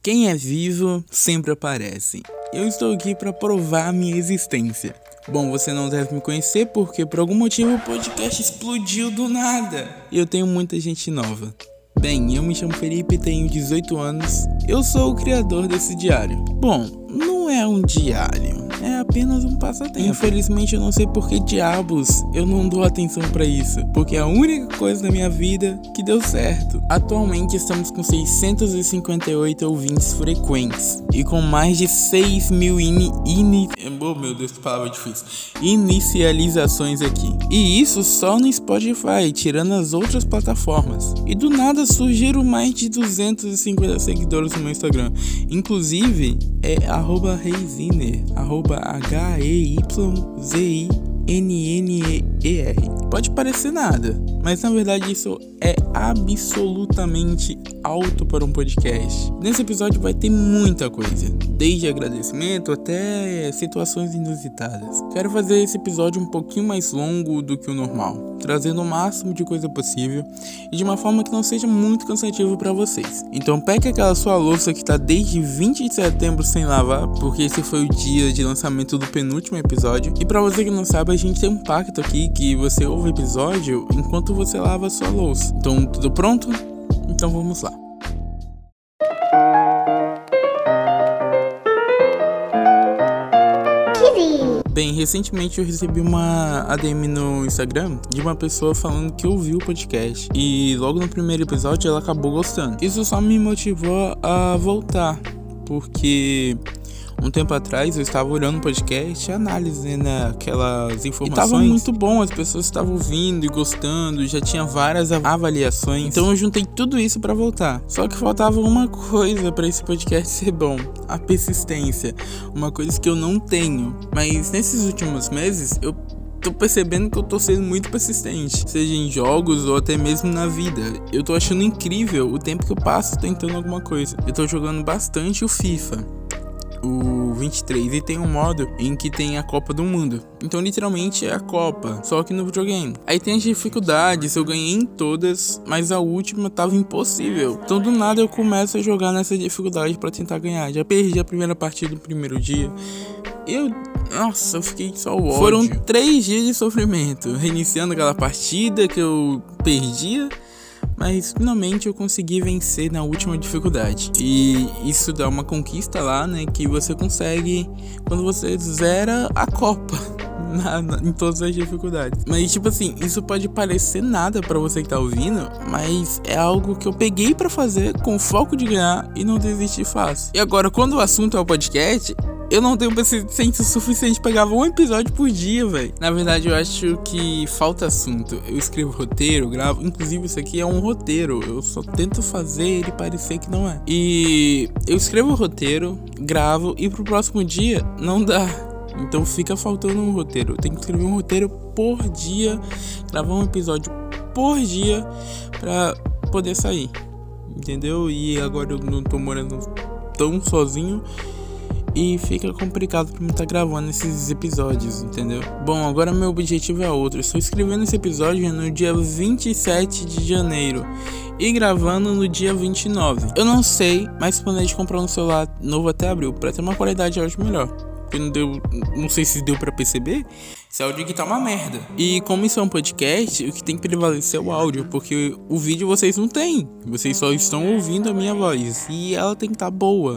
Quem é vivo sempre aparece. Eu estou aqui para provar minha existência. Bom, você não deve me conhecer porque por algum motivo o podcast explodiu do nada. E eu tenho muita gente nova. Bem, eu me chamo Felipe, tenho 18 anos. Eu sou o criador desse diário. Bom, não é um diário, é apenas um passatempo. Infelizmente eu não sei por que diabos eu não dou atenção pra isso, porque é a única coisa na minha vida que deu certo. Atualmente estamos com 658 ouvintes frequentes e com mais de 6 mil oh meu Deus, que palavra difícil, inicializações aqui. E isso só no Spotify, tirando as outras plataformas. E do nada surgiram mais de 250 seguidores no meu Instagram. Inclusive é @Heiziner, HEYZINNER. Pode parecer nada, mas na verdade isso é absolutamente alto para um podcast. Nesse episódio vai ter muita coisa, desde agradecimento até situações inusitadas. Quero fazer esse episódio um pouquinho mais longo do que o normal, trazendo o máximo de coisa possível e de uma forma que não seja muito cansativo para vocês. Então pegue aquela sua louça que está desde 20 de setembro sem lavar, porque esse foi o dia de lançamento do penúltimo episódio. E para você que não sabe, a gente tem um pacto aqui que você ouve o episódio enquanto você lava a sua louça. Então tudo pronto? Então vamos lá. Bem, recentemente eu recebi uma ADM no Instagram de uma pessoa falando que ouviu o podcast e logo no primeiro episódio ela acabou gostando. Isso só me motivou a voltar, porque um tempo atrás eu estava olhando o podcast, análise, né, aquelas informações. E tava muito bom, as pessoas estavam ouvindo e gostando, já tinha várias avaliações. Então eu juntei tudo isso pra voltar. Só que faltava uma coisa pra esse podcast ser bom: a persistência. Uma coisa que eu não tenho. Mas nesses últimos meses eu tô percebendo que eu tô sendo muito persistente, seja em jogos ou até mesmo na vida. Eu tô achando incrível o tempo que eu passo tentando alguma coisa. Eu tô jogando bastante o FIFA, o 23, e tem um modo em que tem a Copa do Mundo. Então literalmente é a Copa, só que no videogame. Aí tem as dificuldades, eu ganhei em todas, mas a última tava impossível. Então do nada eu começo a jogar nessa dificuldade pra tentar ganhar. Já perdi a primeira partida no primeiro dia. Nossa, eu fiquei só o ódio. Foram 3 dias de sofrimento, reiniciando aquela partida que eu perdia. Mas finalmente eu consegui vencer na última dificuldade. E isso dá uma conquista lá, né, que você consegue quando você zera a Copa em todas as dificuldades. Mas tipo assim, isso pode parecer nada pra você que tá ouvindo, mas é algo que eu peguei pra fazer com foco de ganhar e não desistir fácil. E agora, quando o assunto é o podcast, eu não tenho paciência suficiente, pegava um episódio por dia, velho. Na verdade, eu acho que falta assunto. Eu escrevo roteiro, gravo. Inclusive, isso aqui é um roteiro. Eu só tento fazer ele parecer que não é. E eu escrevo o roteiro, gravo, e pro próximo dia não dá. Então fica faltando um roteiro. Eu tenho que escrever um roteiro por dia, gravar um episódio por dia pra poder sair. Entendeu? E agora eu não tô morando tão sozinho e fica complicado pra mim estar gravando esses episódios, entendeu? Bom, agora meu objetivo é outro. Eu estou escrevendo esse episódio no dia 27 de janeiro e gravando no dia 29. Eu não sei, mas planejo comprar um celular novo até abril pra ter uma qualidade de áudio melhor. Não sei se deu pra perceber, esse áudio aqui tá uma merda. E como isso é um podcast, o que tem que prevalecer é o áudio, porque o vídeo vocês não têm. Vocês só estão ouvindo a minha voz e ela tem que estar boa.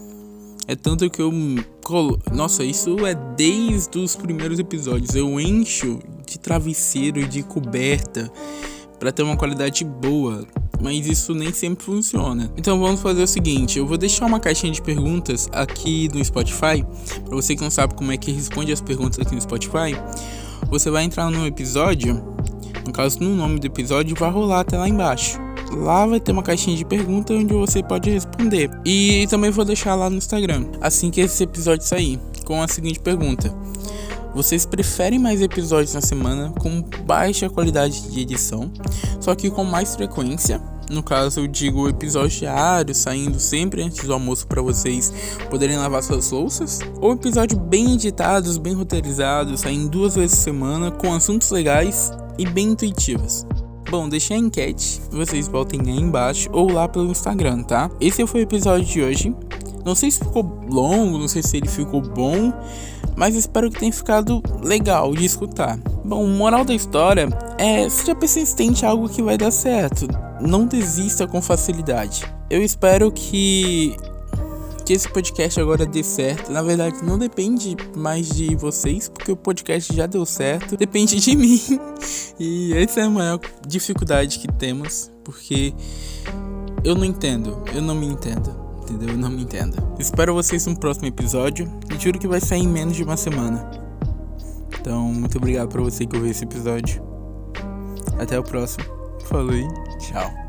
É tanto que eu Nossa, isso é desde os primeiros episódios. Eu encho de travesseiro e de coberta pra ter uma qualidade boa, mas isso nem sempre funciona. Então vamos fazer o seguinte: eu vou deixar uma caixinha de perguntas aqui no Spotify. Pra você que não sabe como é que responde as perguntas aqui no Spotify, você vai entrar no episódio, no caso no nome do episódio, vai rolar até lá embaixo. Lá vai ter uma caixinha de perguntas onde você pode responder. E também vou deixar lá no Instagram, assim que esse episódio sair, com a seguinte pergunta: vocês preferem mais episódios na semana com baixa qualidade de edição, só que com mais frequência? No caso eu digo episódios diários, saindo sempre antes do almoço para vocês poderem lavar suas louças? Ou episódios bem editados, bem roteirizados, saindo 2 vezes por semana, com assuntos legais e bem intuitivos? Bom, deixei a enquete, vocês voltem aí embaixo ou lá pelo Instagram, tá? Esse foi o episódio de hoje. Não sei se ficou longo, não sei se ele ficou bom, mas espero que tenha ficado legal de escutar. Bom, moral da história é: seja persistente em algo que vai dar certo. Não desista com facilidade. Eu espero que esse podcast agora dê certo. Na verdade, não depende mais de vocês, porque o podcast já deu certo. Depende de mim. E essa é a maior dificuldade que temos, porque eu não me entendo. Entendeu? Eu não me entendo. Espero vocês no próximo episódio. E juro que vai sair em menos de uma semana. Então, muito obrigado por você que ouviu esse episódio. Até o próximo. Falou e tchau.